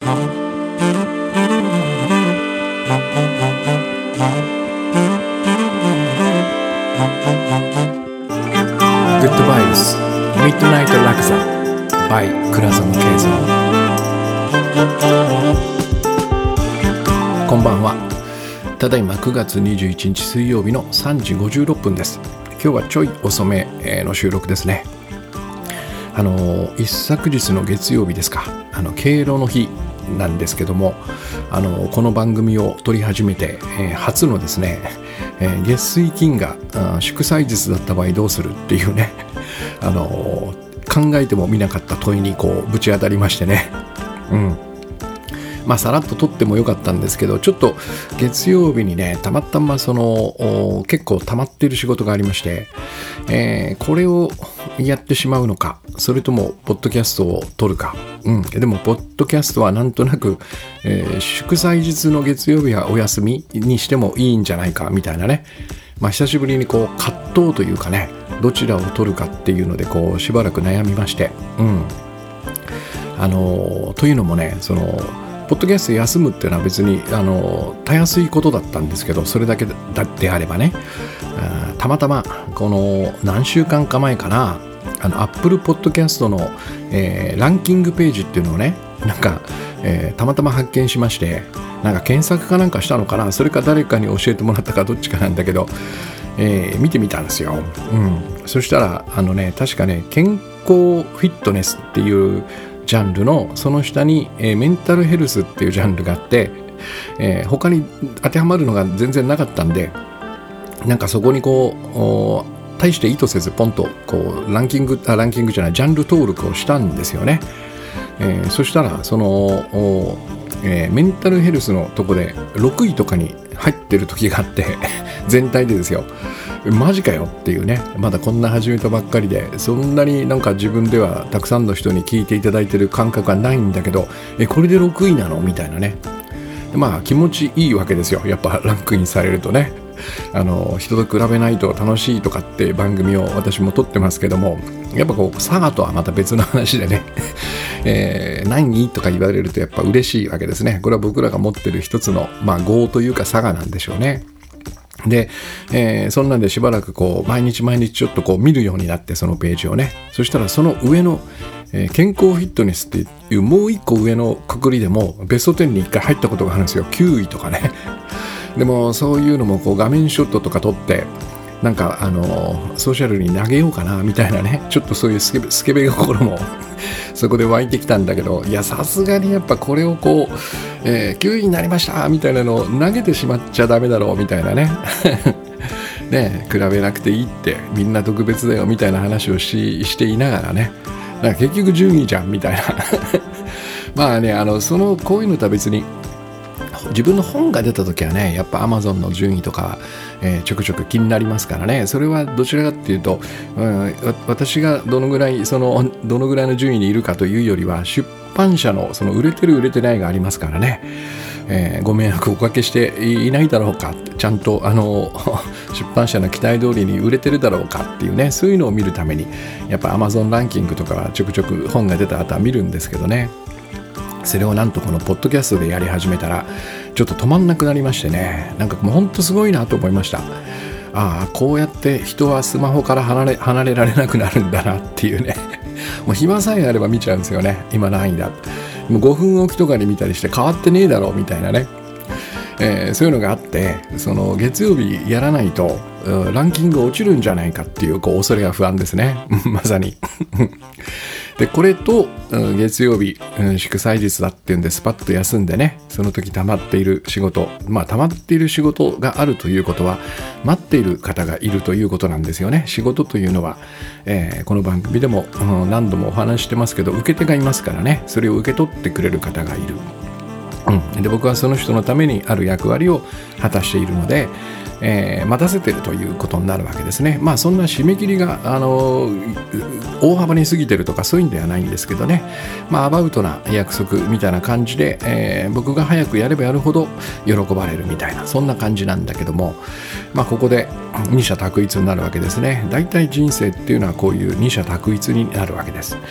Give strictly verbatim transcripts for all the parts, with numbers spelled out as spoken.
グッドバイブスミッドナイトラクザ by 倉園慶三。こんばんは。ただいまくがつにじゅういちにち水曜日のさんじごじゅうろっぷんです。今日はちょい遅めの収録ですね。あの一昨日の月曜日ですか、あの敬老の日なんですけども、あのこの番組を撮り始めて、えー、初のですね、えー、月水金が祝祭日だった場合どうするっていうね、あの考えてもみなかった問いにこうぶち当たりましてね、うんまあさらっと撮ってもよかったんですけど、ちょっと月曜日にねたまたまその結構溜まっている仕事がありまして、えー、これをやってしまうのか、それともポッドキャストを撮るか、うん、でもポッドキャストはなんとなく、えー、祝祭日の月曜日はお休みにしてもいいんじゃないかみたいなね、まあ久しぶりにこう葛藤というかね、どちらを撮るかっていうのでこうしばらく悩みまして、うんあのー、というのもね、そのポッドキャスト休むっていうのは別にあのたやすいことだったんですけど、それだけだってあればね、あたまたまこの何週間か前かな、あの Apple Podcast の、えー、ランキングページっていうのをね、なんか、えー、たまたま発見しまして、なんか検索かなんかしたのかな、それか誰かに教えてもらったかどっちかなんだけど、えー、見てみたんですよ。うん、そしたらあのね、確かね、健康フィットネスっていうジャンルのその下に、えー、メンタルヘルスっていうジャンルがあって、えー、他に当てはまるのが全然なかったんで、なんかそこにこう大して意図せずポンとこうランキングあランキングじゃないジャンル登録をしたんですよね。えー、そしたらその、えー、メンタルヘルスのとこでろくいとかに入ってる時があって全体でですよ。マジかよっていうね、まだこんな始めたばっかりで、そんなになんか自分ではたくさんの人に聞いていただいてる感覚はないんだけど、えこれでろくいなのみたいなね。まあ気持ちいいわけですよ、やっぱランクインされるとね。あの人と比べないと楽しいとかって番組を私も撮ってますけども、やっぱこう佐賀とはまた別の話でね、えー、何とか言われるとやっぱ嬉しいわけですね。これは僕らが持ってる一つのまあ業というか佐賀なんでしょうね。で、えー、そんなんでしばらくこう毎日毎日ちょっとこう見るようになって、そのページをね、そしたらその上の、えー、健康フィットネスっていうもう一個上のくくりでもベストじゅうに一回入ったことがあるんですよ。きゅういとかね。でもそういうのもこう画面ショットとか撮ってなんかあのソーシャルに投げようかなみたいなね、ちょっとそういうスケベ、スケベ心もそこで湧いてきたんだけど、いやさすがにやっぱこれをこう、えー、きゅういになりましたみたいなのを投げてしまっちゃダメだろうみたいなねね、比べなくていいってみんな特別だよみたいな話を し, していながらね、なんか結局順位じゃんみたいなまあね、あのそのこういうのとは別に自分の本が出た時はね、やっぱ Amazon の順位とか、えー、ちょくちょく気になりますからね。それはどちらかっていうと、うん、私がどのぐらいそのどのぐらいの順位にいるかというよりは、出版社のその売れてる売れてないがありますからね、えー、ご迷惑をおかけしていないだろうか、ちゃんとあの出版社の期待通りに売れてるだろうかっていうね、そういうのを見るためにやっぱ Amazon ランキングとかはちょくちょく本が出た後は見るんですけどね。それをなんとこのポッドキャストでやり始めたらちょっと止まんなくなりましてね、なんかもうほんとすごいなと思いました。ああ、こうやって人はスマホから離れ、離れられなくなるんだなっていうねもう暇さえあれば見ちゃうんですよね。今ないんだ、もうごふんおきとかに見たりして変わってねえだろうみたいなね、えー、そういうのがあって、その月曜日やらないとランキング落ちるんじゃないかっていう、こう恐れが不安ですねまさにでこれと月曜日、うん、祝祭日だっていうんでスパッと休んでね、その時溜まっている仕事、まあ溜まっている仕事があるということは待っている方がいるということなんですよね。仕事というのは、えー、この番組でも、うん、何度もお話してますけど、受け手がいますからね、それを受け取ってくれる方がいる、うん、で僕はその人のためにある役割を果たしているので、えー、待たせてるということになるわけですね。まあそんな締め切りが、あのー、大幅に過ぎてるとかそういうんではないんですけどね、まあアバウトな約束みたいな感じで、えー、僕が早くやればやるほど喜ばれるみたいな、そんな感じなんだけども、まあここで二者択一になるわけですね。だいたい人生っていうのはこういう二者択一になるわけです。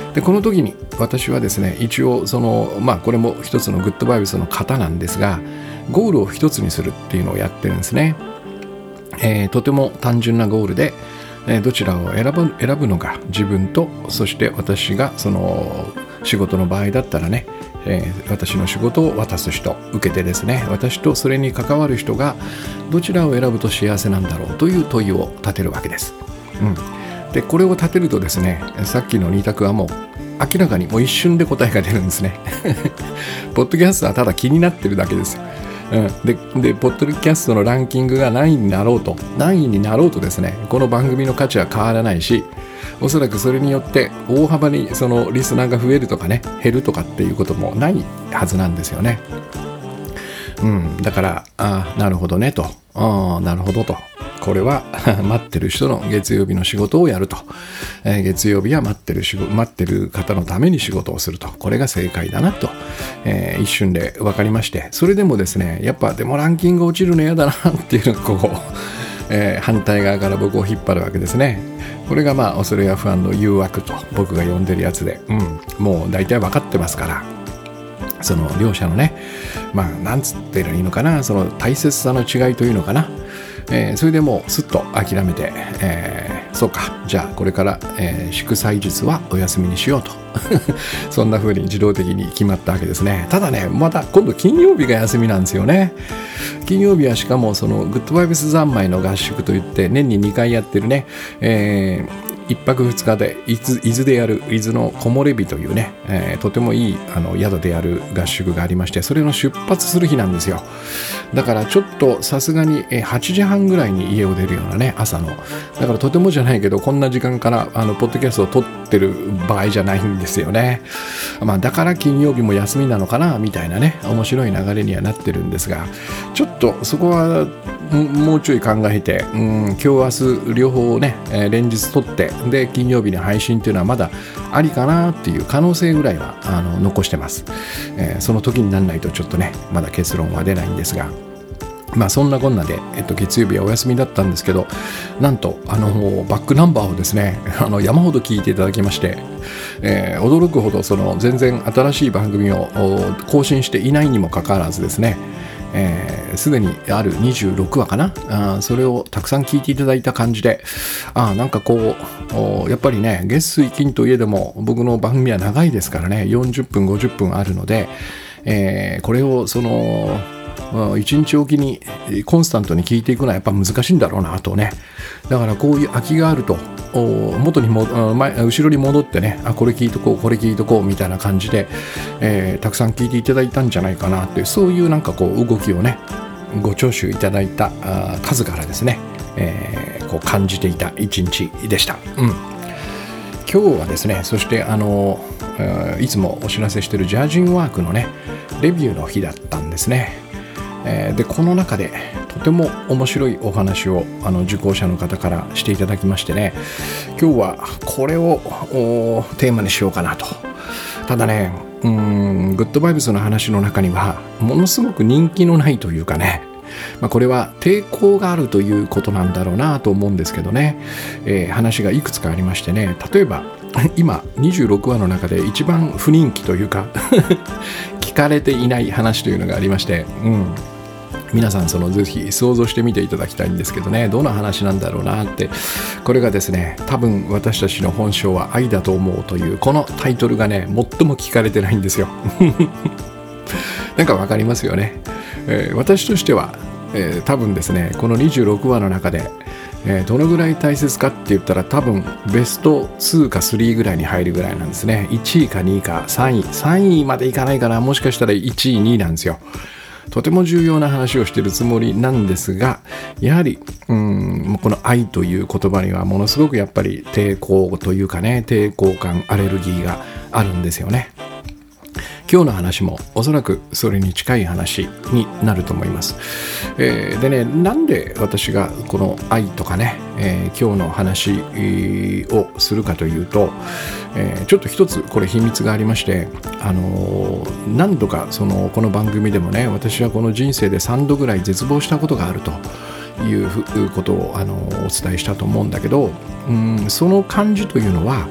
でこの時に私はですね、一応そのまあこれも一つのグッドバイブスの型なんですが、ゴールを一つにするっていうのをやってるんですね。えー、とても単純なゴールで、えー、どちらを選ぶ、選ぶのが自分と、そして私がその仕事の場合だったらね、えー、私の仕事を渡す人、受けてですね、私とそれに関わる人がどちらを選ぶと幸せなんだろうという問いを立てるわけです。うん、でこれを立てるとですね、さっきのに択はもう明らかにもう一瞬で答えが出るんですね。ポッドキャストはただ気になってるだけですよ。うん、で, でポッドキャストのランキングが何位になろうと何位になろうとですね、この番組の価値は変わらないし、おそらくそれによって大幅にそのリスナーが増えるとかね、減るとかっていうこともないはずなんですよね。うん、だからあなるほどねと、あなるほどと、これは待ってる人の月曜日の仕事をやると、えー、月曜日は待ってる仕事待ってる方のために仕事をすると、これが正解だなと、えー、一瞬で分かりまして、それでもですね、やっぱでもランキング落ちるの嫌だなっていうのがここ、えー、反対側から僕を引っ張るわけですね。これがまあ恐れや不安の誘惑と僕が呼んでるやつで、うん、もう大体分かってますから、その両者のね、まあなんつってるいいのかな、その大切さの違いというのかな、えー、それでもうすっと諦めて、えー、そうか、じゃあこれから、えー、祝祭日はお休みにしようとそんな風に自動的に決まったわけですね。ただね、また今度金曜日が休みなんですよね。金曜日はしかもそのグッドバイブス三昧の合宿といって年ににかいやってるね、えー一泊二日で伊豆、伊豆でやる伊豆の木漏れ日というね、えー、とてもいいあの宿でやる合宿がありまして、それの出発する日なんですよ。だからちょっとさすがにはちじはんぐらいに家を出るようなね、朝の、だからとてもじゃないけどこんな時間からあのポッドキャストを撮ってる場合じゃないんですよね。まあだから金曜日も休みなのかなみたいなね、面白い流れにはなってるんですが、ちょっとそこはもうちょい考えて、うん、今日明日両方ね、えー、連日撮ってで金曜日に配信っていうのはまだありかなっていう可能性ぐらいはあの残してます。えー、その時にならないとちょっとねまだ結論は出ないんですが、まあそんなこんなで、えっと、月曜日はお休みだったんですけど、なんとあのバックナンバーをですねあの山ほど聞いていただきまして、えー、驚くほどその全然新しい番組を更新していないにもかかわらずですね、すで、えー、にあるにじゅうろくわかな、あそれをたくさん聞いていただいた感じで、あなんかこうやっぱりね月水金といえども僕の番組は長いですからね、よんじゅっぷんごじゅっぷんあるので、えー、これをその一日おきにコンスタントに聞いていくのはやっぱ難しいんだろうなとね。だからこういう空きがあると元にも前後ろに戻ってね、あこれ聞いとこうこれ聞いとこうみたいな感じで、えー、たくさん聞いていただいたんじゃないかなっていう、そういうなんかこう動きをねご聴取いただいた数からですね、えー、こう感じていた一日でした。うん、今日はですね、そしてあのいつもお知らせしているジャージンワークのねレビューの日だったんですね。えー、でこの中でとても面白いお話をあの受講者の方からしていただきましてね、今日はこれをテーマにしようかなと。ただね、うーんグッドバイブスの話の中にはものすごく人気のないというかね、まあ、これは抵抗があるということなんだろうなと思うんですけどね、えー、話がいくつかありましてね、例えば今にじゅうろくわの中で一番不人気というか聞かれていない話というのがありまして、うん、皆さんそのぜひ想像してみていただきたいんですけどね、どんな話なんだろうなって。これがですね、多分私たちの本性は愛だと思うというこのタイトルがね最も聞かれてないんですよなんかわかりますよね。えー、私としては、えー、多分ですねこのにじゅうろくわの中で、えー、どのぐらい大切かって言ったら多分ベストツーかスリーぐらいに入るぐらいなんですね。いちいかにいかさんいさんいまでいかないかな、もしかしたらいちいにいなんですよ。とても重要な話をしているつもりなんですが、やはりうーんこの愛という言葉にはものすごくやっぱり抵抗というかね、抵抗感アレルギーがあるんですよね。今日の話もおそらくそれに近い話になると思います。えー、でね、なんで私がこの愛とかね、えー、今日の話をするかというと、えー、ちょっと一つこれ秘密がありまして、あのー、何度かそのこの番組でもね、私はこの人生でさんどぐらい絶望したことがあるということを、あのー、お伝えしたと思うんだけど、うんその感じというのは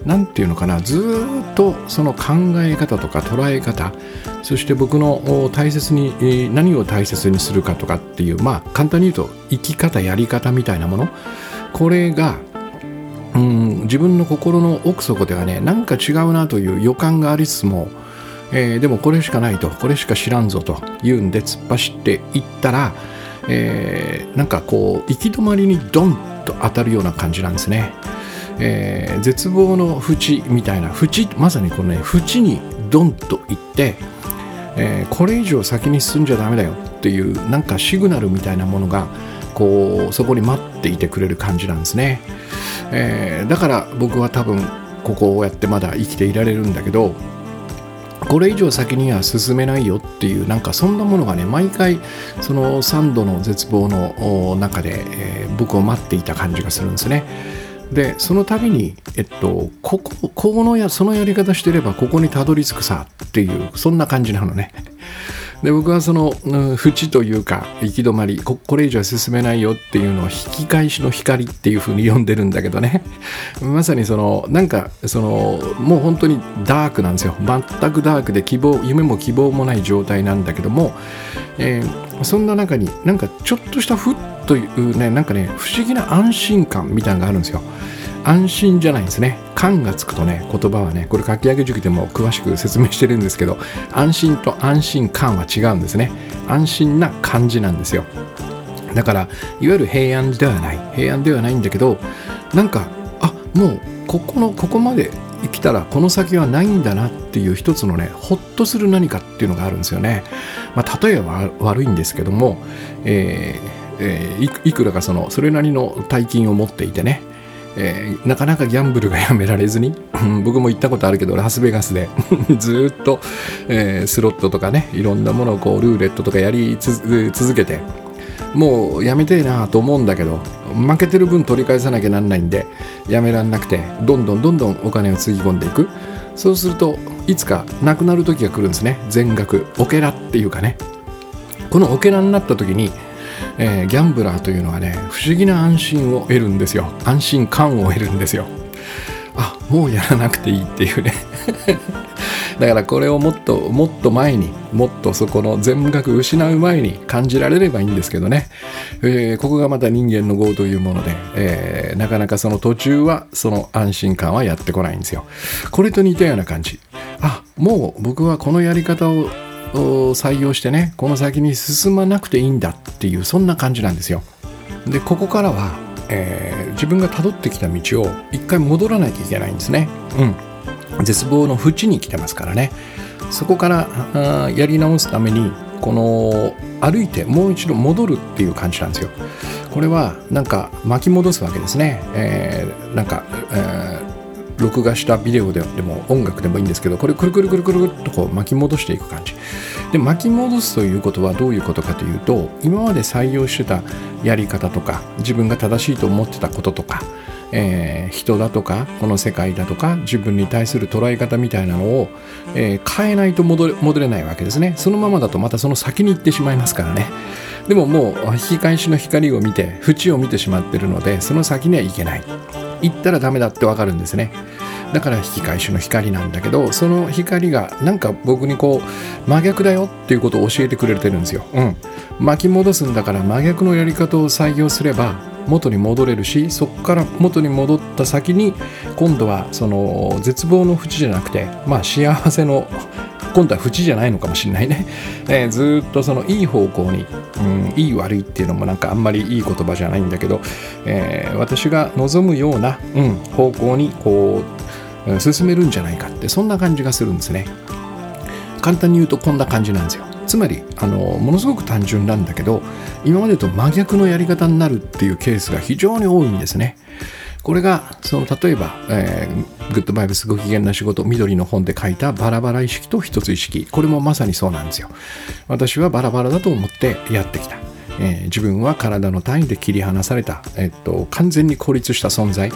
なんていうのかな、ずっとその考え方とか捉え方、そして僕の大切に何を大切にするかとかっていう、まあ簡単に言うと生き方やり方みたいなもの、これがうん自分の心の奥底ではね、なんか違うなという予感がありつつも、えー、でもこれしかないと、これしか知らんぞというんで突っ走っていったら、えー、なんかこう行き止まりにドンと当たるような感じなんですね。えー、絶望の淵みたいな、淵、まさにこのね淵にドンと行って、えー、これ以上先に進んじゃダメだよっていう、なんかシグナルみたいなものがこうそこに待っていてくれる感じなんですね。えー、だから僕は多分ここをやってまだ生きていられるんだけど、これ以上先には進めないよっていう、なんかそんなものがね、毎回その三度の絶望の中で、えー、僕を待っていた感じがするんですね。でその度に、えっと、ここ、このやそのやり方してればここにたどり着くさっていう、そんな感じなのね。で僕はその、うん、淵というか行き止まり、 こ, これ以上進めないよっていうのを引き返しの光っていう風に呼んでるんだけどねまさにそのなんかそのもう本当にダークなんですよ。全くダークで希望、夢も希望もない状態なんだけども、えー、そんな中になんかちょっとしたふっというね、なんかね不思議な安心感みたいなのがあるんですよ。安心じゃないんですね。感がつくとね、言葉はね、これかき上げ塾でも詳しく説明してるんですけど、安心と安心感は違うんですね。安心な感じなんですよ。だからいわゆる平安ではない平安ではないんだけど、なんかあもうここのここまで来たらこの先はないんだなっていう一つのね、ほっとする何かっていうのがあるんですよね。まあ、例えば悪いんですけども、えーえー、い, いくらかそのそれなりの大金を持っていてね、えー、なかなかギャンブルがやめられずに僕も行ったことあるけどラスベガスでずっと、えー、スロットとかね、いろんなものをこうルーレットとかやりつ続けて、もうやめてえなと思うんだけど、負けてる分取り返さなきゃなんないんでやめらんなくて、どんどんどんどんお金をつぎ込んでいく。そうするといつかなくなる時が来るんですね。全額オケラっていうかね、このオケラになった時にえー、ギャンブラーというのはね、不思議な安心を得るんですよ。安心感を得るんですよ。あ、もうやらなくていいっていうねだからこれをもっともっと前に、もっとそこの全額失う前に感じられればいいんですけどね、えー、ここがまた人間の業というもので、えー、なかなかその途中はその安心感はやってこないんですよ。これと似たような感じ。あ、もう僕はこのやり方を採用してね、この先に進まなくていいんだっていう、そんな感じなんですよ。でここからは、えー、自分が辿ってきた道を一回戻らなきゃいけないんですね。うん、絶望の淵に来てますからね。そこからあやり直すためにこの歩いてもう一度戻るっていう感じなんですよ。これはなんか巻き戻すわけですね。えー、なんか、えー録画したビデオでも音楽でもいいんですけど、これくるくるくるくるっとこう巻き戻していく感じで、巻き戻すということはどういうことかというと、今まで採用してたやり方とか、自分が正しいと思ってたこととか、えー、人だとかこの世界だとか自分に対する捉え方みたいなのを、えー、変えないと戻れ、戻れないわけですね。そのままだとまたその先に行ってしまいますからね。でももう引き返しの光を見て、縁を見てしまってるので、その先には行けない。行ったらダメだってわかるんですね。だから引き返しの光なんだけど、その光がなんか僕にこう真逆だよっていうことを教えてくれてるんですよ。うん、巻き戻すんだから真逆のやり方を採用すれば元に戻れるし、そこから元に戻った先に今度はその絶望の淵じゃなくて、まあ幸せの今度は淵じゃないのかもしれないね、えー、ずっとそのいい方向に、うん、いい悪いっていうのもなんかあんまりいい言葉じゃないんだけど、えー、私が望むような、うん、方向にこう進めるんじゃないかって、そんな感じがするんですね。簡単に言うとこんな感じなんですよ。つまりあのものすごく単純なんだけど、今までと真逆のやり方になるっていうケースが非常に多いんですね。これがその例えば、えー、グッドバイブスご機嫌な仕事、緑の本で書いたバラバラ意識と一つ意識、これもまさにそうなんですよ。私はバラバラだと思ってやってきた、えー、自分は体の単位で切り離された、えー、っと完全に孤立した存在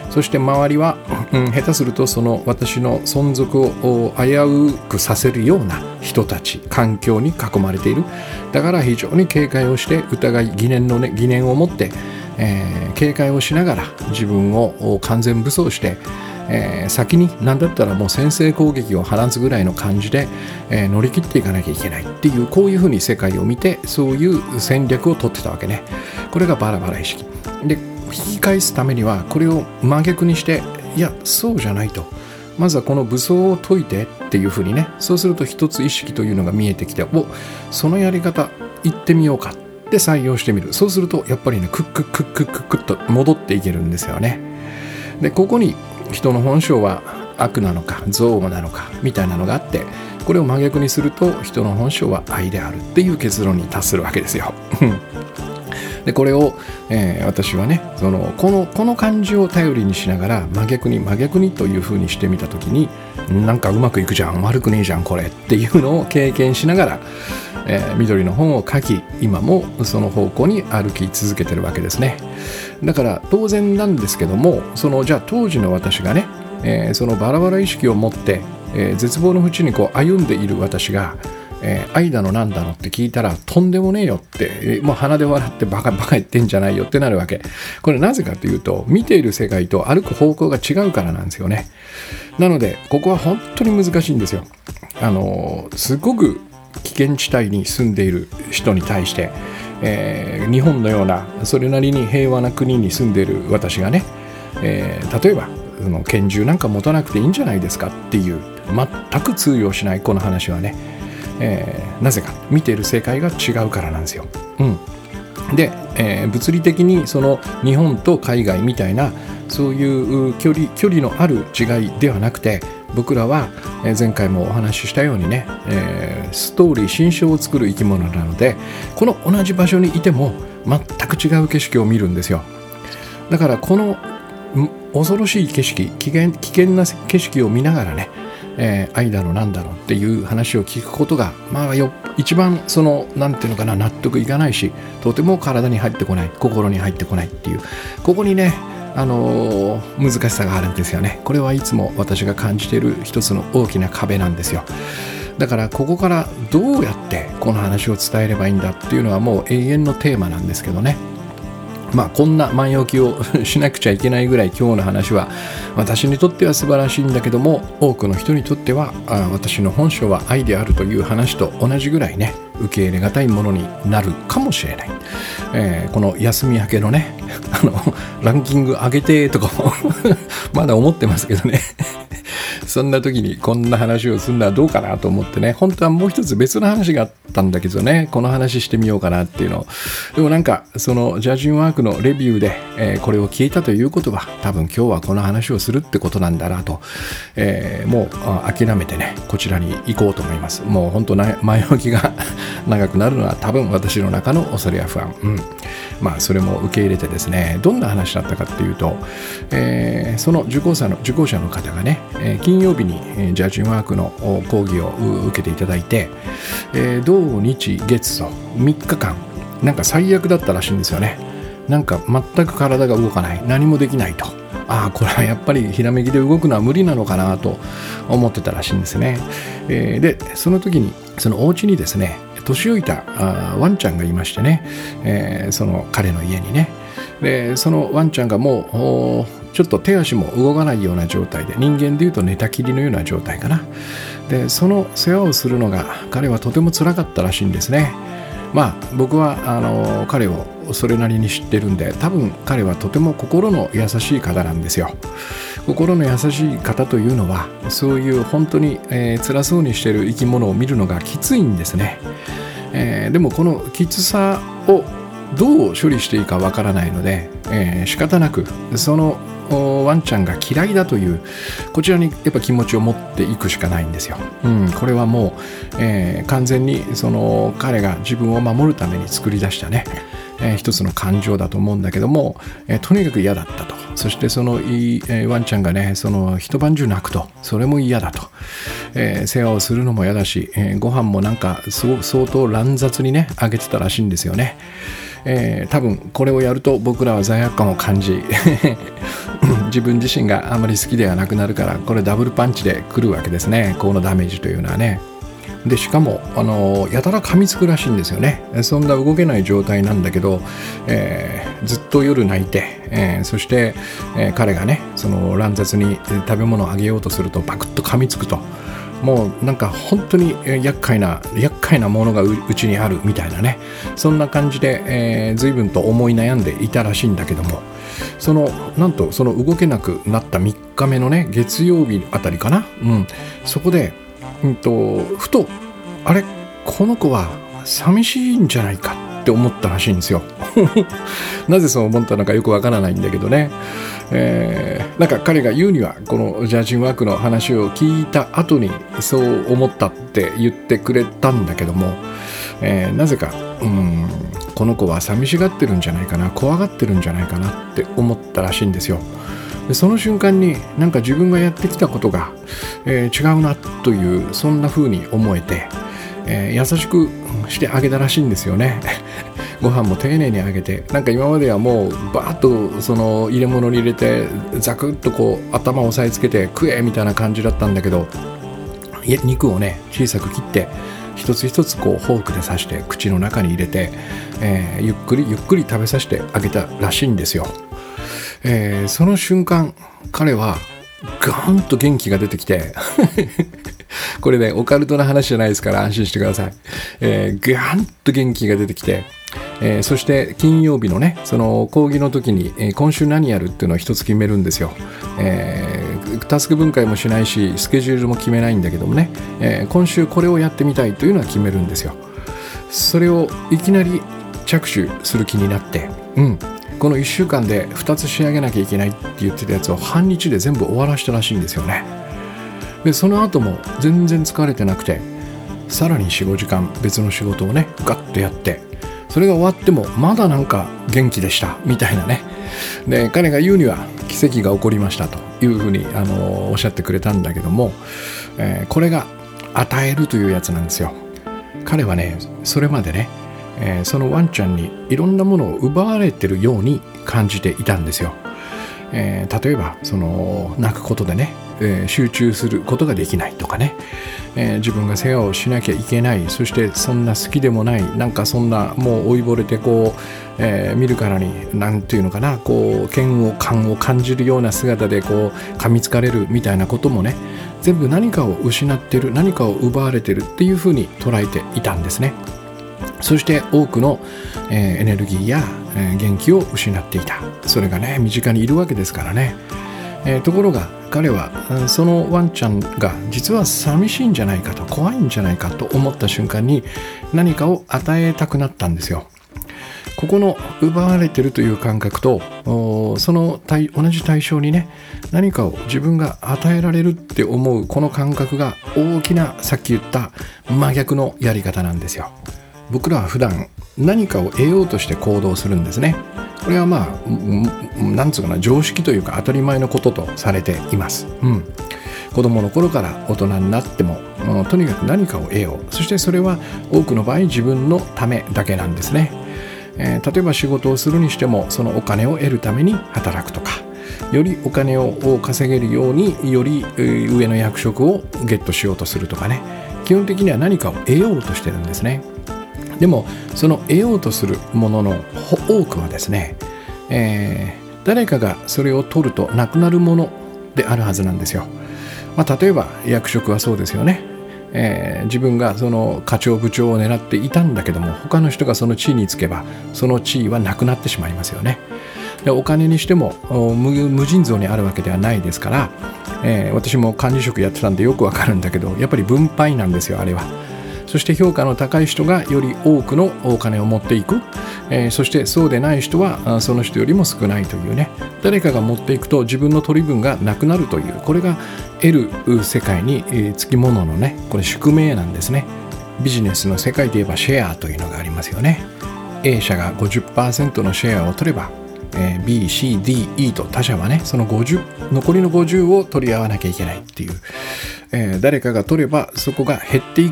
そして周りは、うん、下手するとその私の存続を危うくさせるような人たち、環境に囲まれている。だから非常に警戒をして、疑い疑念の、ね、疑念を持って、えー、警戒をしながら自分を完全武装して、えー、先に何だったらもう先制攻撃を放つぐらいの感じで、えー、乗り切っていかなきゃいけないっていう、こういうふうに世界を見てそういう戦略を取ってたわけね。これがバラバラ意識で、引き返すためにはこれを真逆にして、いやそうじゃないと、まずはこの武装を解いてっていうふうにね、そうすると一つ意識というのが見えてきて、お、そのやり方行ってみようかって採用してみる。そうするとやっぱりね、クックックックックックッと戻っていけるんですよね。でここに人の本性は悪なのか憎悪なのかみたいなのがあって、これを真逆にすると人の本性は愛であるっていう結論に達するわけですよ。でこれを、えー、私はね、そのこのこの感じを頼りにしながら真逆に真逆にというふうにしてみたときに、なんかうまくいくじゃん、悪くねえじゃんこれっていうのを経験しながら、えー、緑の本を書き、今もその方向に歩き続けてるわけですね。だから当然なんですけども、そのじゃあ当時の私がね、えー、そのバラバラ意識を持って、えー、絶望の淵にこう歩んでいる私が、えー、愛だのなんだのって聞いたら、とんでもねえよって、えー、もう鼻で笑ってバカバカ言ってんじゃないよってなるわけ。これなぜかというと、見ている世界と歩く方向が違うからなんですよね。なのでここは本当に難しいんですよ。あのー、すごく危険地帯に住んでいる人に対して、えー、日本のようなそれなりに平和な国に住んでいる私がね、えー、例えばその拳銃なんか持たなくていいんじゃないですかっていう、全く通用しないこの話はね、えー、なぜか見ている世界が違うからなんですよ。うん、で、えー、物理的にその日本と海外みたいなそういう距離距離のある違いではなくて、僕らは前回もお話ししたようにね、えー、ストーリー心象を作る生き物なので、この同じ場所にいても全く違う景色を見るんですよ。だからこの恐ろしい景色、危険、危険な景色を見ながらね、えー、愛だのなんだのっていう話を聞くことが、まあよ一番そのなんていうのかな、納得いかないし、とても体に入ってこない、心に入ってこないっていう、ここにね、あのー、難しさがあるんですよね。これはいつも私が感じている一つの大きな壁なんですよ。だからここからどうやってこの話を伝えればいいんだっていうのはもう永遠のテーマなんですけどね。まあこんな前置きをしなくちゃいけないぐらい今日の話は私にとっては素晴らしいんだけども、多くの人にとってはあ私の本性は愛であるという話と同じぐらいね、受け入れがたいものになるかもしれない。えー、この休み明けのね、あのランキング上げてとかもまだ思ってますけどねそんな時にこんな話をするのはどうかなと思ってね、本当はもう一つ別の話があったんだけどね、この話してみようかなっていうのを。でもなんかそのジャージンワークのレビューで、えー、これを聞いたということは、多分今日はこの話をするってことなんだなと、えー、もう諦めてね、こちらに行こうと思います。もう本当な前置きが長くなるのは多分私の中の恐れや不安、うん、まあそれも受け入れてですね、どんな話だったかっていうと、えー、その受講者の受講者の方がね、えー、金曜日に、えー、ジャージンワークの講義を受けていただいて、えー、土日月とみっかかんなんか最悪だったらしいんですよね。なんか全く体が動かない、何もできないと、ああこれはやっぱりひらめきで動くのは無理なのかなと思ってたらしいんですね。えー、でその時にそのお家にですね、年老いたあワンちゃんがいましてね、えー、その彼の家にね、でそのワンちゃんがもうちょっと手足も動かないような状態で、人間でいうと寝たきりのような状態かな。でその世話をするのが彼はとても辛かったらしいんですね。まあ僕はあの彼をそれなりに知ってるんで、多分彼はとても心の優しい方なんですよ。心の優しい方というのは、そういう本当に、えー、辛そうにしている生き物を見るのがきついんですね。えー、でもこのきつさをどう処理していいかわからないので、えー、仕方なくそのワンちゃんが嫌いだというこちらにやっぱ気持ちを持っていくしかないんですよ。うん、これはもう、えー、完全にその彼が自分を守るために作り出したね、えー、一つの感情だと思うんだけども、えー、とにかく嫌だったと。そしてそのいい、えー、ワンちゃんがね、その一晩中泣くと、それも嫌だと、えー、世話をするのも嫌だし、えー、ご飯もなんかすご相当乱雑にねあげてたらしいんですよね。えー、多分これをやると僕らは罪悪感を感じ自分自身があまり好きではなくなるから、これダブルパンチで来るわけですね、このダメージというのはね。でしかもあのやたら噛みつくらしいんですよね。そんな動けない状態なんだけど、えー、ずっと夜泣いて、えー、そして、えー、彼がねその乱雑に食べ物をあげようとするとバクッと噛みつくと、もうなんか本当に厄介な厄介なものがうちにあるみたいなね、そんな感じで、えー、随分と思い悩んでいたらしいんだけども、そのなんとその動けなくなったみっかめのね月曜日あたりかな、うん、そこでうんとふとあれこの子は寂しいんじゃないかって思ったらしいんですよなぜそう思ったのかよくわからないんだけどね、えー、なんか彼が言うにはこのジャージンワークの話を聞いた後にそう思ったって言ってくれたんだけども、えー、なぜかうんこの子は寂しがってるんじゃないかな、怖がってるんじゃないかなって思ったらしいんですよ。でその瞬間になんか自分がやってきたことが、えー、違うなというそんな風に思えて、えー、優しくしてあげたらしいんですよねご飯も丁寧にあげて、なんか今まではもうバーッとその入れ物に入れてザクッとこう頭を押さえつけて食えみたいな感じだったんだけど、肉をね小さく切って一つ一つこうフォークで刺して口の中に入れて、えー、ゆっくりゆっくり食べさせてあげたらしいんですよ。えー、その瞬間彼はガーンと元気が出てきてこれねオカルトな話じゃないですから安心してください。えー、ガーンと元気が出てきて、えー、そして金曜日のねその講義の時に、えー、今週何やるっていうのを一つ決めるんですよ。えー、タスク分解もしないしスケジュールも決めないんだけどもね、えー、今週これをやってみたいというのは決めるんですよ。それをいきなり着手する気になって、うんこのいっしゅうかんでふたつ仕上げなきゃいけないって言ってたやつを半日で全部終わらしたらしいんですよね。でその後も全然疲れてなくて、さらに よん、ごじかん別の仕事をねガッとやって、それが終わってもまだなんか元気でしたみたいなね。で彼が言うには奇跡が起こりましたというふうに、あのー、おっしゃってくれたんだけども、えー、これが与えるというやつなんですよ。彼はねそれまでねえー、そのワンちゃんにいろんなものを奪われてるように感じていたんですよ。えー、例えばその泣くことでね、えー、集中することができないとかね、えー、自分が世話をしなきゃいけない、そしてそんな好きでもない、なんかそんなもう老いぼれてこう、えー、見るからになんていうのかな、こう嫌悪感を感じるような姿でこう噛みつかれるみたいなこともね、全部何かを失ってる、何かを奪われてるっていうふうに捉えていたんですね。そして多くの、えー、エネルギーや、えー、元気を失っていた。それがね身近にいるわけですからね。えー、ところが彼はそのワンちゃんが実は寂しいんじゃないかと、怖いんじゃないかと思った瞬間に何かを与えたくなったんですよ。ここの奪われてるという感覚とその対同じ対象にね何かを自分が与えられるって思うこの感覚が大きな、さっき言った真逆のやり方なんですよ。僕らは普段何かを得ようとして行動するんですね。これはまあなんつうかな、常識というか当たり前のこととされています。うん、子供の頃から大人になっても、うん、とにかく何かを得よう。そしてそれは多くの場合自分のためだけなんですね。えー、例えば仕事をするにしてもそのお金を得るために働くとか、よりお金を稼げるようにより上の役職をゲットしようとするとかね、基本的には何かを得ようとしてるんですね。でもその得ようとするものの多くはですね、えー、誰かがそれを取るとなくなるものであるはずなんですよ。まあ、例えば役職はそうですよね。えー、自分がその課長部長を狙っていたんだけども、他の人がその地位につけばその地位はなくなってしまいますよね。でお金にしても 無, 無尽蔵にあるわけではないですから、えー、私も管理職やってたんでよくわかるんだけど、やっぱり分配なんですよ、あれは。そして評価の高い人がより多くのお金を持っていく、えー、そしてそうでない人はその人よりも少ないというね、誰かが持っていくと自分の取り分がなくなるという、これが得る世界につきもののね、これ宿命なんですね。ビジネスの世界で言えばシェアというのがありますよね。 A 社が ごじゅっパーセント のシェアを取れば、えー、B、C、D、E と他社はねそのごじゅう残りのごじゅうを取り合わなきゃいけないっていう、えー、誰かが取ればそこが減っていく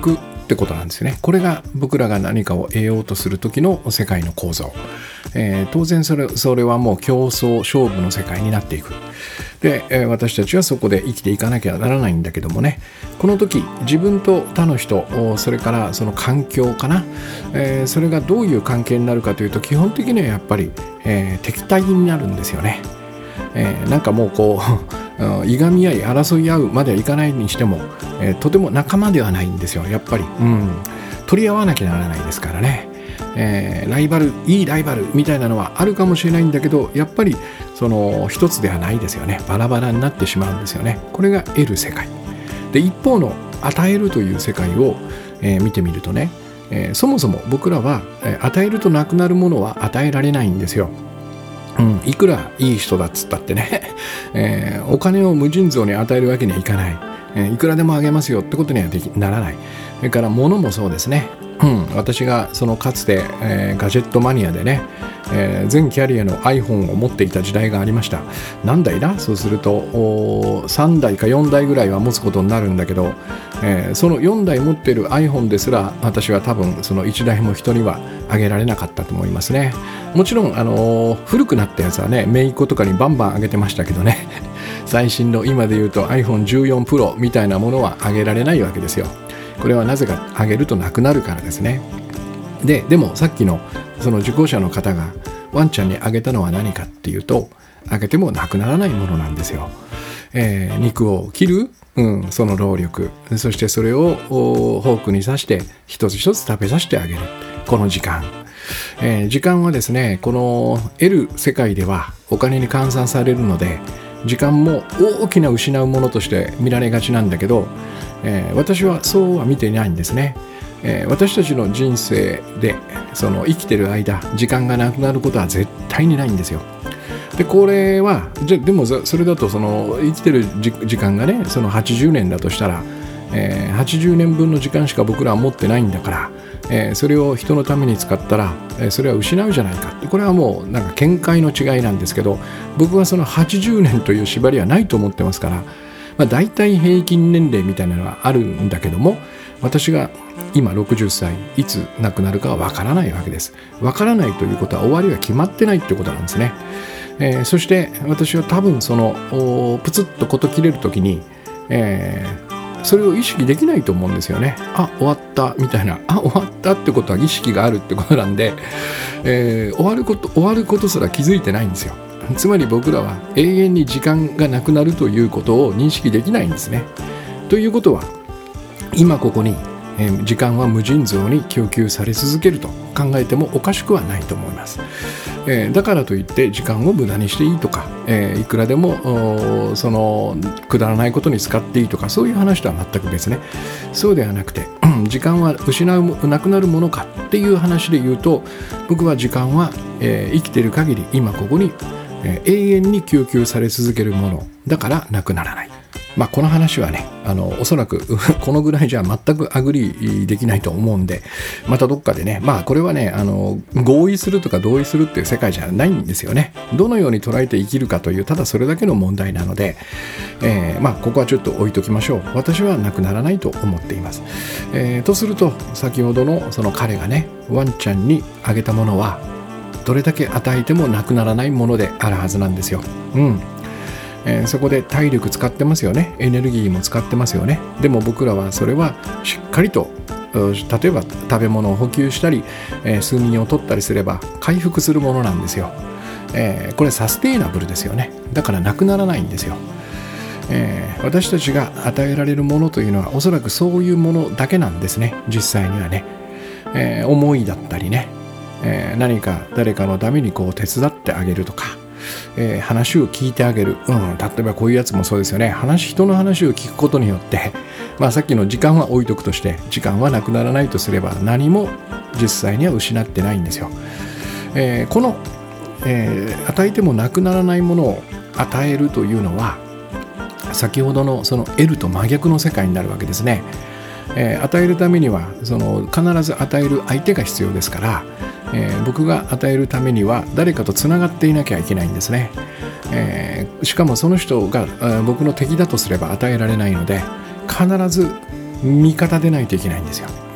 ってことなんですよね。これが僕らが何かを得ようとする時の世界の構造、えー、当然それ、それはもう競争勝負の世界になっていく。で、えー、私たちはそこで生きていかなきゃならないんだけどもね、この時自分と他の人、それからその環境かな、えー、それがどういう関係になるかというと、基本的にはやっぱり、えー、敵対になるんですよね。えー、なんかもうこういがみ合い争い合うまではいかないにしても、えー、とても仲間ではないんですよやっぱり、うん、取り合わなきゃならないですからね、えー、ライバルいいライバルみたいなのはあるかもしれないんだけど、やっぱりその一つではないですよね。バラバラになってしまうんですよね。これが得る世界で、一方の与えるという世界を、えー、見てみるとね、えー、そもそも僕らは、えー、与えるとなくなるものは与えられないんですよ。うん、いくらいい人だっつったってね、えー、お金を無尽蔵に与えるわけにはいかない、えー、いくらでもあげますよってことにはできならない。それから物もそうですね、うん、私がそのかつて、えー、ガジェットマニアでね、えー、全キャリアの iPhone を持っていた時代がありました。何台だ？そうするとさんだいかよんだいぐらいは持つことになるんだけど、えー、そのよんだい持っている iPhone ですら私は多分そのいちだいも人にはあげられなかったと思いますね。もちろん、あのー、古くなったやつはね、姪っ子とかにバンバンあげてましたけどね最新の今で言うと アイフォンじゅうよん プロみたいなものはあげられないわけですよ。これはなぜかあげるとなくなるからですね。で、でもさっきのその受講者の方がワンちゃんにあげたのは何かっていうと、あげてもなくならないものなんですよ。えー、肉を切る、うん、その労力、そしてそれをフォークに刺して一つ一つ食べさせてあげる、この時間、えー、時間はですね、この得る世界ではお金に換算されるので、時間も大きな失うものとして見られがちなんだけど、えー、私はそうは見ていないんですね。えー、私たちの人生でその生きてる間、時間がなくなることは絶対にないんですよ。で、これはじゃでもそれだとその生きてる時間がね、そのはちじゅうねんだとしたら、えー、はちじゅうねんぶんの時間しか僕らは持ってないんだから、えー、それを人のために使ったら、えー、それは失うじゃないかって、これはもうなんか見解の違いなんですけど、僕はそのはちじゅうねんという縛りはないと思ってますから、まあ、大体平均年齢みたいなのはあるんだけども、私が今ろくじゅっさい、いつ亡くなるかはわからないわけです。わからないということは終わりが決まってないってことなんですね。えー、そして私は多分そのプツッと事切れるときに、えー、それを意識できないと思うんですよね。あ、終わったみたいな、あ、終わったってことは意識があるってことなんで、えー、終わること終わることすら気づいてないんですよ。つまり僕らは永遠に時間がなくなるということを認識できないんですね。ということは、今ここに、えー、時間は無尽蔵に供給され続けると考えてもおかしくはないと思います。えー、だからといって時間を無駄にしていいとか、えー、いくらでもそのくだらないことに使っていいとか、そういう話とは全く別ね。そうではなくて、時間は失うなくなるものかっていう話で言うと、僕は時間は、えー、生きている限り今ここに、えー、永遠に供給され続けるものだからなくならない。まあ、この話はね、あのおそらくこのぐらいじゃ全くアグリーできないと思うんで、またどっかでね、まあこれはね、あの合意するとか同意するっていう世界じゃないんですよね。どのように捉えて生きるかという、ただそれだけの問題なので、えー、まあここはちょっと置いときましょう。私はなくならないと思っています。えー、とすると、先ほどのその彼がね、ワンちゃんにあげたものはどれだけ与えてもなくならないものであるはずなんですよ。うん。えー、そこで体力使ってますよね。エネルギーも使ってますよね。でも僕らはそれはしっかりと、例えば食べ物を補給したり、えー、睡眠をとったりすれば回復するものなんですよ。えー、これサステイナブルですよね。だからなくならないんですよ。えー、私たちが与えられるものというのはおそらくそういうものだけなんですね。実際にはね、えー、思いだったりね、えー、何か誰かのためにこう手伝ってあげるとか、えー、話を聞いてあげる、うん、例えばこういうやつもそうですよね。話人の話を聞くことによって、まあ、さっきの時間は置いとくとして、時間はなくならないとすれば何も実際には失ってないんですよ。えー、この、えー、与えてもなくならないものを与えるというのは、先ほどのその得ると真逆の世界になるわけですね。えー、与えるためにはその必ず与える相手が必要ですから、えー、僕が与えるためには誰かとつながっていなきゃいけないんですね。えー、しかもその人が、えー、僕の敵だとすれば与えられないので、必ず味方でないといけないんですよ。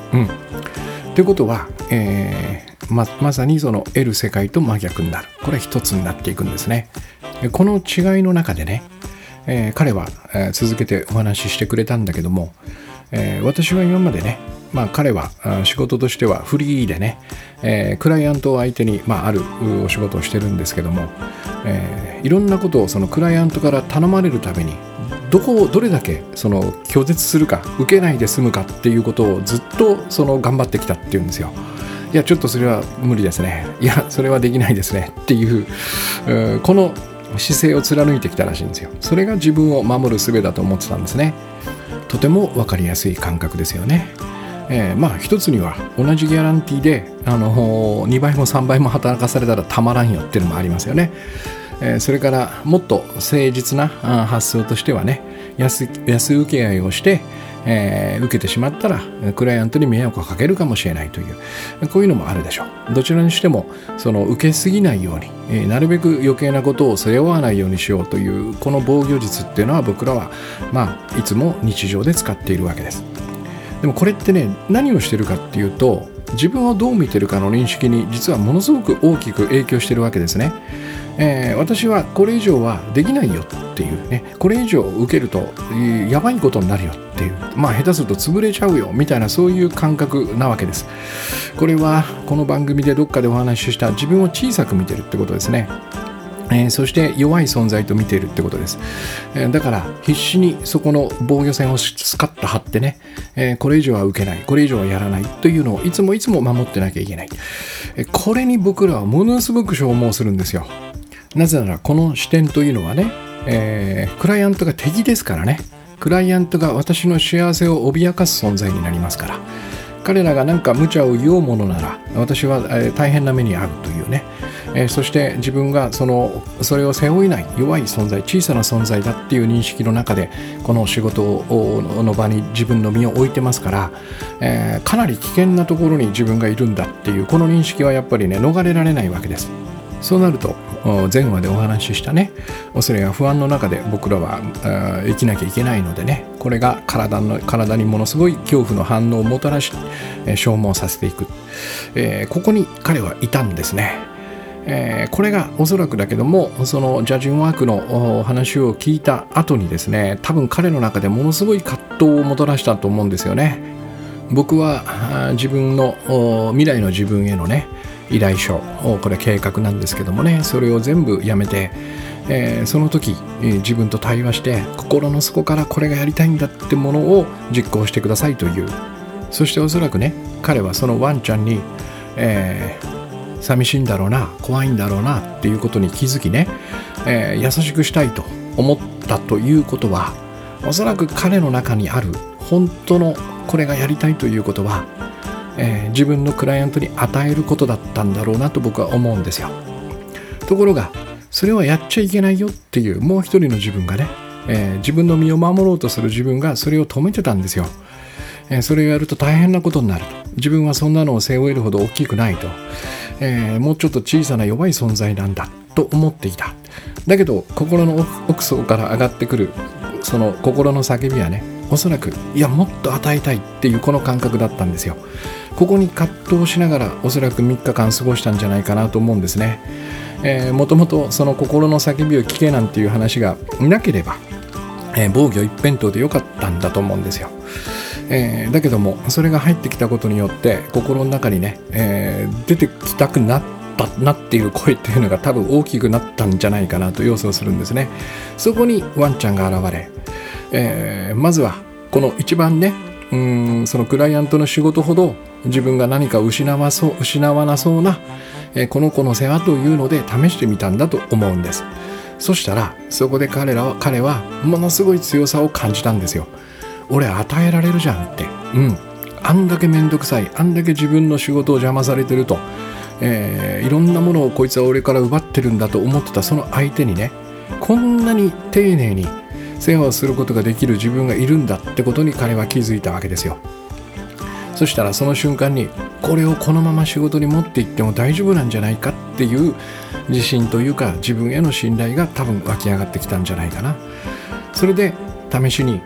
うん。ということは、えーま、まさにその得る世界と真逆になる。これは一つになっていくんですね。この違いの中でね、えー、彼は、えー、続けてお話ししてくれたんだけども、えー、私は今までね、まあ、彼は仕事としてはフリーでね、えー、クライアントを相手に、まあ、あるお仕事をしてるんですけども、えー、いろんなことをそのクライアントから頼まれるためにどこをどれだけその拒絶するか受けないで済むかっていうことをずっとその頑張ってきたっていうんですよ。いやちょっとそれは無理ですね、いやそれはできないですねっていう、うこの姿勢を貫いてきたらしいんですよ。それが自分を守る術だと思ってたんですね。とても分かりやすい感覚ですよね。えー、まあ一つには同じギャランティーであのにばいもさんばいも働かされたらたまらんよっていうのもありますよね。えー、それからもっと誠実な発想としてはね、安、安請け合いをして、えー、受けてしまったらクライアントに迷惑をかけるかもしれないというこういうのもあるでしょう。どちらにしてもその受けすぎないように、えー、なるべく余計なことを背負わないようにしようというこの防御術っていうのは僕らはまあいつも日常で使っているわけです。でもこれってね、何をしてるかっていうと、自分をどう見てるかの認識に実はものすごく大きく影響してるわけですね。えー、私はこれ以上はできないよっていうね、これ以上受けるとやばいことになるよっていう、まあ下手すると潰れちゃうよみたいな、そういう感覚なわけです。これはこの番組でどっかでお話しした自分を小さく見てるってことですね。えー、そして弱い存在と見ているってことです。えー、だから必死にそこの防御線をスカッと張ってね、えー、これ以上は受けない、これ以上はやらないというのをいつもいつも守ってなきゃいけない。えー、これに僕らはものすごく消耗するんですよ。なぜならこの視点というのはね、えー、クライアントが敵ですからね。クライアントが私の幸せを脅かす存在になりますから、彼らが何か無茶を言おうものなら私は、えー、大変な目に遭うというね、えー、そして自分がそのそれを背負えない弱い存在、小さな存在だっていう認識の中でこの仕事の場に自分の身を置いてますから、えー、かなり危険なところに自分がいるんだっていうこの認識はやっぱりね逃れられないわけです。そうなると前話でお話ししたね、恐れや不安の中で僕らは生きなきゃいけないのでね、これが体の体にものすごい恐怖の反応をもたらし消耗させていく、えー、ここに彼はいたんですね。えー、これがおそらくだけども、そのジャッジンワークの話を聞いた後にですね、多分彼の中でものすごい葛藤をもたらしたと思うんですよね。僕は自分の未来の自分へのね依頼書、これ計画なんですけどもね、それを全部やめて、えー、その時自分と対話して心の底からこれがやりたいんだってものを実行してくださいという。そしておそらくね、彼はそのワンちゃんに、えー、寂しいんだろうな、怖いんだろうなっていうことに気づきね、えー、優しくしたいと思ったということは、おそらく彼の中にある本当のこれがやりたいということは、えー、自分のクライアントに与えることだったんだろうなと僕は思うんですよ。ところがそれはやっちゃいけないよっていうもう一人の自分がね、えー、自分の身を守ろうとする自分がそれを止めてたんですよ。えー、それをやると大変なことになると、自分はそんなのを背負えるほど大きくないと、えー、もうちょっと小さな弱い存在なんだと思っていた。だけど心の奥底から上がってくるその心の叫びはね、おそらくいやもっと与えたいっていうこの感覚だったんですよ。ここに葛藤しながらおそらくみっかかん過ごしたんじゃないかなと思うんですね。えー、もともとその心の叫びを聞けなんていう話がなければ、えー、防御一辺倒でよかったんだと思うんですよ。えー、だけどもそれが入ってきたことによって心の中にね、えー、出てきたくなったなっている声っていうのが多分大きくなったんじゃないかなと予想するんですね。そこにワンちゃんが現れ、えー、まずはこの一番ね、うーんそのクライアントの仕事ほど自分が何か失わそう失わなそうな、えー、この子の世話というので試してみたんだと思うんです。そしたらそこで彼らは彼はものすごい強さを感じたんですよ。俺与えられるじゃんって、うん、あんだけめんどくさい、あんだけ自分の仕事を邪魔されてると、えー、いろんなものをこいつは俺から奪ってるんだと思ってたその相手にね、こんなに丁寧に世話をすることができる自分がいるんだってことに彼は気づいたわけですよ。そしたらその瞬間にこれをこのまま仕事に持っていっても大丈夫なんじゃないかっていう自信というか自分への信頼が多分湧き上がってきたんじゃないかな。それで試しに、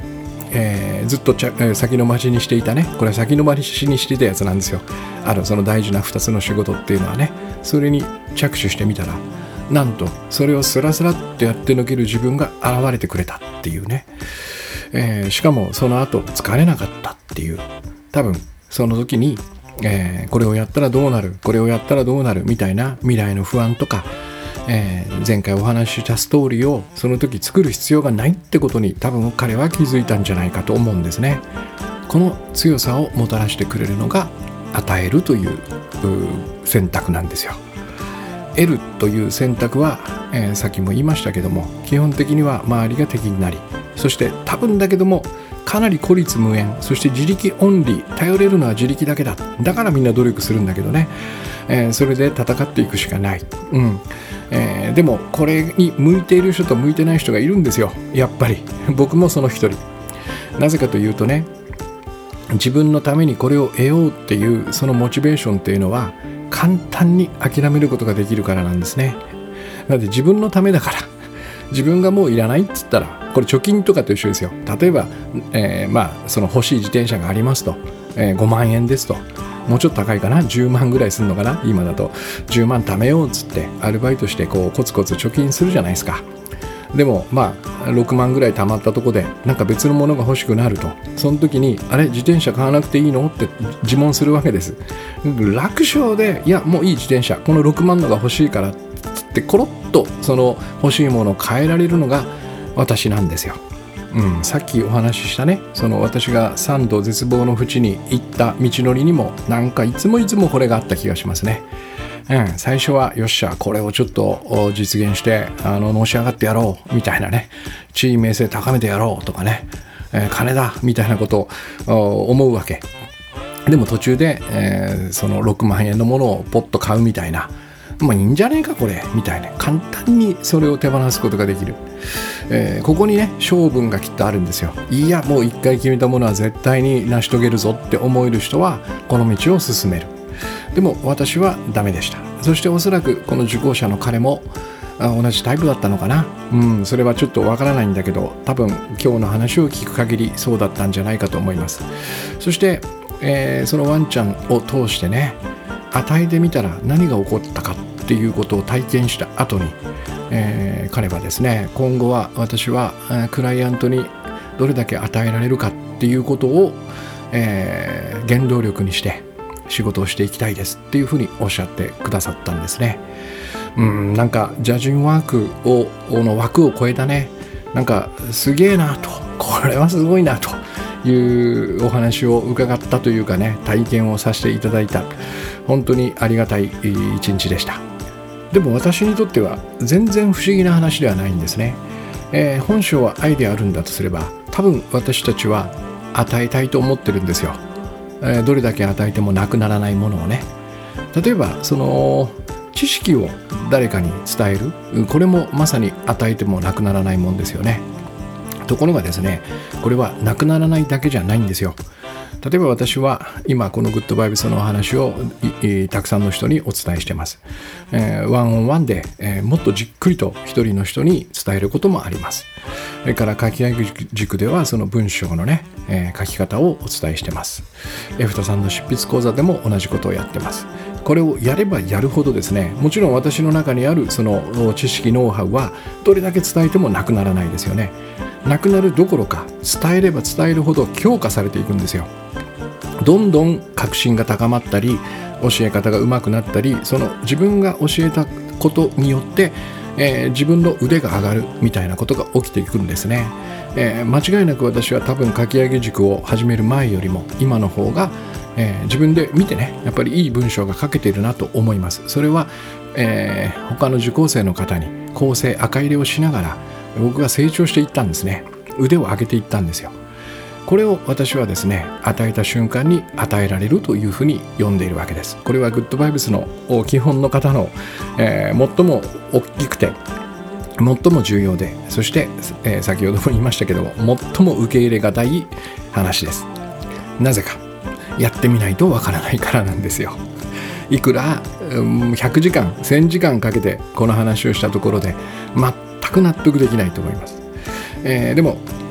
えー、ずっとちゃ、えー、先延ばしにしていたね、これは先延ばしにしていたやつなんですよ。あるその大事なふたつの仕事っていうのはね、それに着手してみたら、なんとそれをスラスラっとやってのける自分が現れてくれたっていうね、えー、しかもその後疲れなかったっていう、多分その時に、えー、これをやったらどうなる、これをやったらどうなるみたいな未来の不安とか、えー、前回お話ししたストーリーをその時作る必要がないってことに多分彼は気づいたんじゃないかと思うんですね。この強さをもたらしてくれるのが与えるという、う選択なんですよ。得るという選択は、えー、さっきも言いましたけども、基本的には周りが敵になり、そして多分だけどもかなり孤立無縁、そして自力オンリー、頼れるのは自力だけだ、だからみんな努力するんだけどね、えー、それで戦っていくしかない、うんえー、でもこれに向いている人と向いてない人がいるんですよ。やっぱり僕もその一人。なぜかというとね、自分のためにこれを得ようっていうそのモチベーションっていうのは簡単に諦めることができるからなんですね。なので自分のためだから、自分がもういらないっつったら、これ貯金とかと一緒ですよ。例えば、えー、まあその欲しい自転車がありますと、えー、ごまんえんですと、もうちょっと高いかな、じゅうまんぐらいするのかな、今だとじゅうまん貯めようっつってアルバイトしてこうコツコツ貯金するじゃないですか。でもまあろくまんぐらい貯まったとこでなんか別のものが欲しくなると、その時にあれ自転車買わなくていいのって自問するわけです。楽勝で、いやもういい自転車、このろくまんのが欲しいからってコロッとその欲しいものを変えられるのが私なんですよ。うん、さっきお話ししたね、その私が三度絶望の淵に行った道のりにもなんかいつもいつもこれがあった気がしますね。うん、最初はよっしゃこれをちょっと実現してあののし上がってやろうみたいなね、地位名声高めてやろうとかね、えー、金だみたいなことを思うわけでも途中で、えー、そのろくまんえんのものをポッと買うみたいな、まあいいんじゃねえかこれみたいな、簡単にそれを手放すことができる、えー、ここにね性分がきっとあるんですよ。いやもう一回決めたものは絶対に成し遂げるぞって思える人はこの道を進める。でも私はダメでした。そしておそらくこの受講者の彼も同じタイプだったのかな、うん、それはちょっとわからないんだけど、多分今日の話を聞く限りそうだったんじゃないかと思います。そして、えー、そのワンちゃんを通してね、与えてみたら何が起こったかっていうことを体験した後に、えー、彼はですね、今後は私はクライアントにどれだけ与えられるかっていうことを、えー、原動力にして仕事をしていきたいですっていうふうにおっしゃってくださったんですね。うん、なんかジャジンワークをの枠を超えたね、なんかすげえなと、これはすごいなというお話を伺ったというかね、体験をさせていただいた本当にありがたい一日でした。でも私にとっては全然不思議な話ではないんですね。えー、本性は愛であるんだとすれば、多分私たちは与えたいと思ってるんですよ。えー、どれだけ与えてもなくならないものをね。例えばその知識を誰かに伝える、これもまさに与えてもなくならないもんですよね。ところがですね、これはなくならないだけじゃないんですよ。例えば私は今このグッドバイブスのお話をたくさんの人にお伝えしてます。えー、ワンオンワンで、えー、もっとじっくりと一人の人に伝えることもあります。それから書き上げ塾ではその文章のね、えー、書き方をお伝えしてます。エフタさんの執筆講座でも同じことをやってます。これをやればやるほどですね、もちろん私の中にあるその知識ノウハウはどれだけ伝えてもなくならないですよね。なくなるどころか、伝えれば伝えるほど強化されていくんですよ。どんどん確信が高まったり、教え方が上手くなったり、その自分が教えたことによって、えー、自分の腕が上がるみたいなことが起きていくんですね。えー、間違いなく私は多分書き上げ塾を始める前よりも今の方が、えー、自分で見てね、やっぱりいい文章が書けているなと思います。それは、えー、他の受講生の方に構成赤入れをしながら僕が成長していったんですね。腕を上げていったんですよ。これを私はですね、与えた瞬間に与えられるというふうに呼んでいるわけです。これはグッドバイブスの基本の方の、えー、最も大きくて最も重要で、そして、えー、先ほども言いましたけども最も受け入れがたい話です。なぜか、やってみないとわからないからなんですよ。いくら、うん、ひゃくじかんせんじかんかけてこの話をしたところで全く納得できないと思います。えー、でも今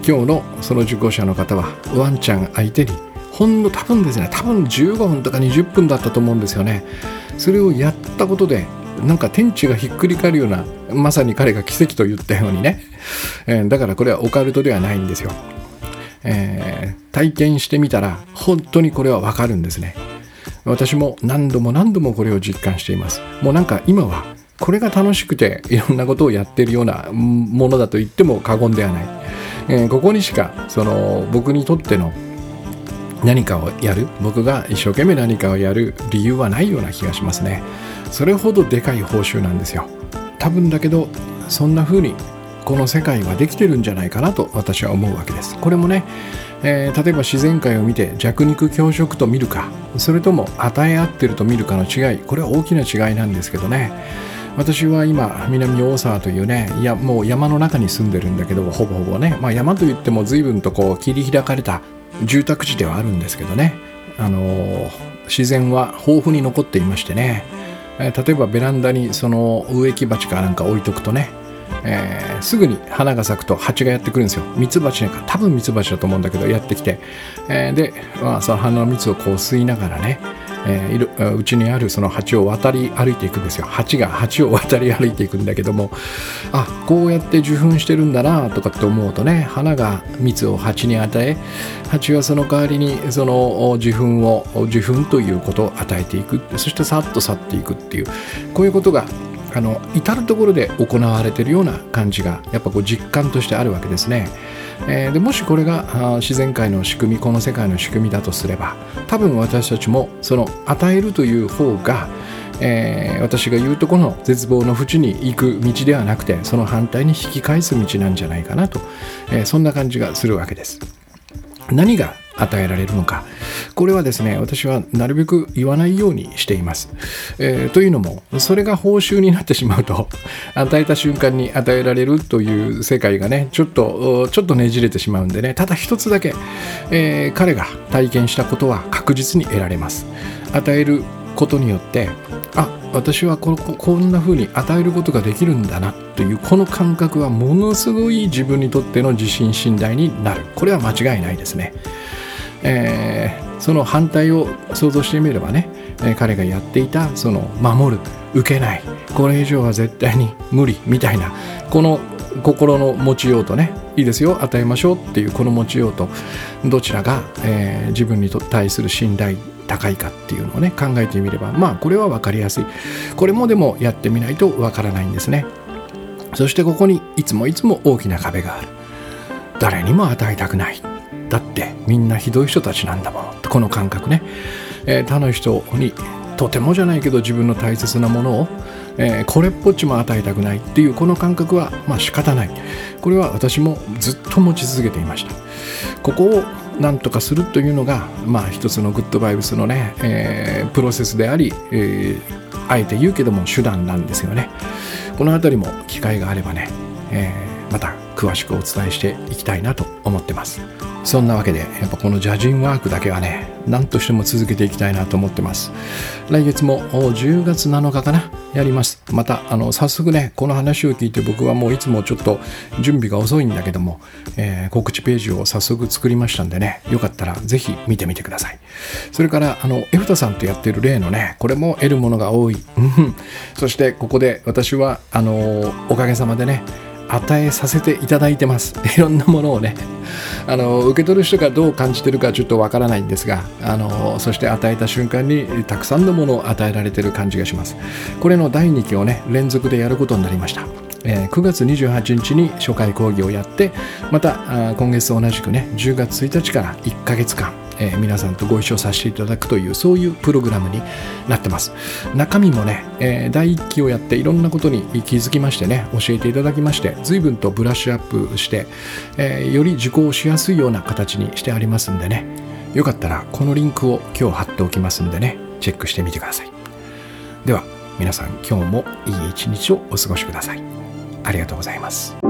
今日のその受講者の方はワンちゃん相手にほんの多分ですね多分じゅうごふんとかにじゅっぷんだったと思うんですよね。それをやったことでなんか天地がひっくり返るような、まさに彼が奇跡と言ったようにね、えー、だからこれはオカルトではないんですよ。えー、体験してみたら本当にこれはわかるんですね。私も何度も何度もこれを実感しています。もうなんか今はこれが楽しくていろんなことをやっているようなものだと言っても過言ではない。えー、ここにしかその僕にとっての何かをやる、僕が一生懸命何かをやる理由はないような気がしますね。それほどでかい報酬なんですよ。多分だけどそんな風にこの世界はできてるんじゃないかなと私は思うわけです。これもね、えー、例えば自然界を見て弱肉強食と見るか、それとも与え合ってると見るかの違い、これは大きな違いなんですけどね。私は今南大沢というね、いやもう山の中に住んでるんだけど、ほぼほぼね、まあ、山といっても随分とこう切り開かれた住宅地ではあるんですけどね、あのー、自然は豊富に残っていましてね、えー、例えばベランダにその植木鉢かなんか置いとくとね、えー、すぐに花が咲くと蜂がやってくるんですよ。ミツバチなんか多分ミツバチだと思うんだけどやってきて、えー、で、まあ、その花の蜜をこう吸いながらね、えー、うちにあるその蜂を渡り歩いていくんですよ。蜂が蜂を渡り歩いていくんだけども、あ、こうやって受粉してるんだなとかって思うとね、花が蜜を蜂に与え、蜂はその代わりにその受粉を受粉ということを与えていく、そしてさっと去っていくっていう、こういうことがあの至るところで行われているような感じがやっぱこう実感としてあるわけですね。えー、でもしこれが自然界の仕組み、この世界の仕組みだとすれば、多分私たちもその与えるという方が、えー、私が言うとこの絶望の淵に行く道ではなくて、その反対に引き返す道なんじゃないかなと、えー、そんな感じがするわけです。何が与えられるのか、これはですね、私はなるべく言わないようにしています。えー、というのも、それが報酬になってしまうと、与えた瞬間に与えられるという世界がね、ちょっとちょっとねじれてしまうんでね、ただ一つだけ、えー、彼が体験したことは確実に得られます。与えることによって、あ、私はここんな風に与えることができるんだなというこの感覚はものすごい自分にとっての自信信頼になる。これは間違いないですね。えー、その反対を想像してみればね、えー、彼がやっていたその守る、受けない、これ以上は絶対に無理みたいなこの心の持ちようとね、いいですよ与えましょうっていうこの持ちようと、どちらが、えー、自分に対する信頼高いかっていうのをね考えてみれば、まあこれは分かりやすい。これもでもやってみないと分からないんですね。そしてここにいつもいつも大きな壁がある。誰にも与えたくない。だってみんなひどい人たちなんだもん。この感覚ね、えー、他の人にとてもじゃないけど自分の大切なものを、えー、これっぽっちも与えたくないっていうこの感覚はまあ仕方ない。これは私もずっと持ち続けていました。ここを何とかするというのがまあ一つのグッドバイブスのね、えー、プロセスであり、えー、あえて言うけども手段なんですよね。このあたりも機会があればね、えー、また詳しくお伝えしていきたいなと思ってます。そんなわけでやっぱこのジャジンワークだけはね何としても続けていきたいなと思ってます。来月もじゅうがつなのかかなやります。またあの早速ねこの話を聞いて僕はもういつもちょっと準備が遅いんだけども、えー、告知ページを早速作りましたんでね、よかったらぜひ見てみてください。それからあのエフタさんとやってる例のね、これも得るものが多いそしてここで私はあのおかげさまでね与えさせていただいてます。いろんなものをね、あの受け取る人がどう感じてるかちょっとわからないんですが、あのそして与えた瞬間にたくさんのものを与えられてる感じがします。これのだいにきをね連続でやることになりました。えー、くがつにじゅうはちにちに初回講義をやって、また今月同じくねじゅうがつついたちからいっかげつかん、えー、皆さんとご一緒させていただくというそういうプログラムになってます。中身もね、えー、だいいっきをやっていろんなことに気づきましてね、教えていただきまして随分とブラッシュアップして、えー、より受講しやすいような形にしてありますんでね、よかったらこのリンクを今日貼っておきますんでね、チェックしてみてください。では皆さん今日もいい一日をお過ごしください。ありがとうございます。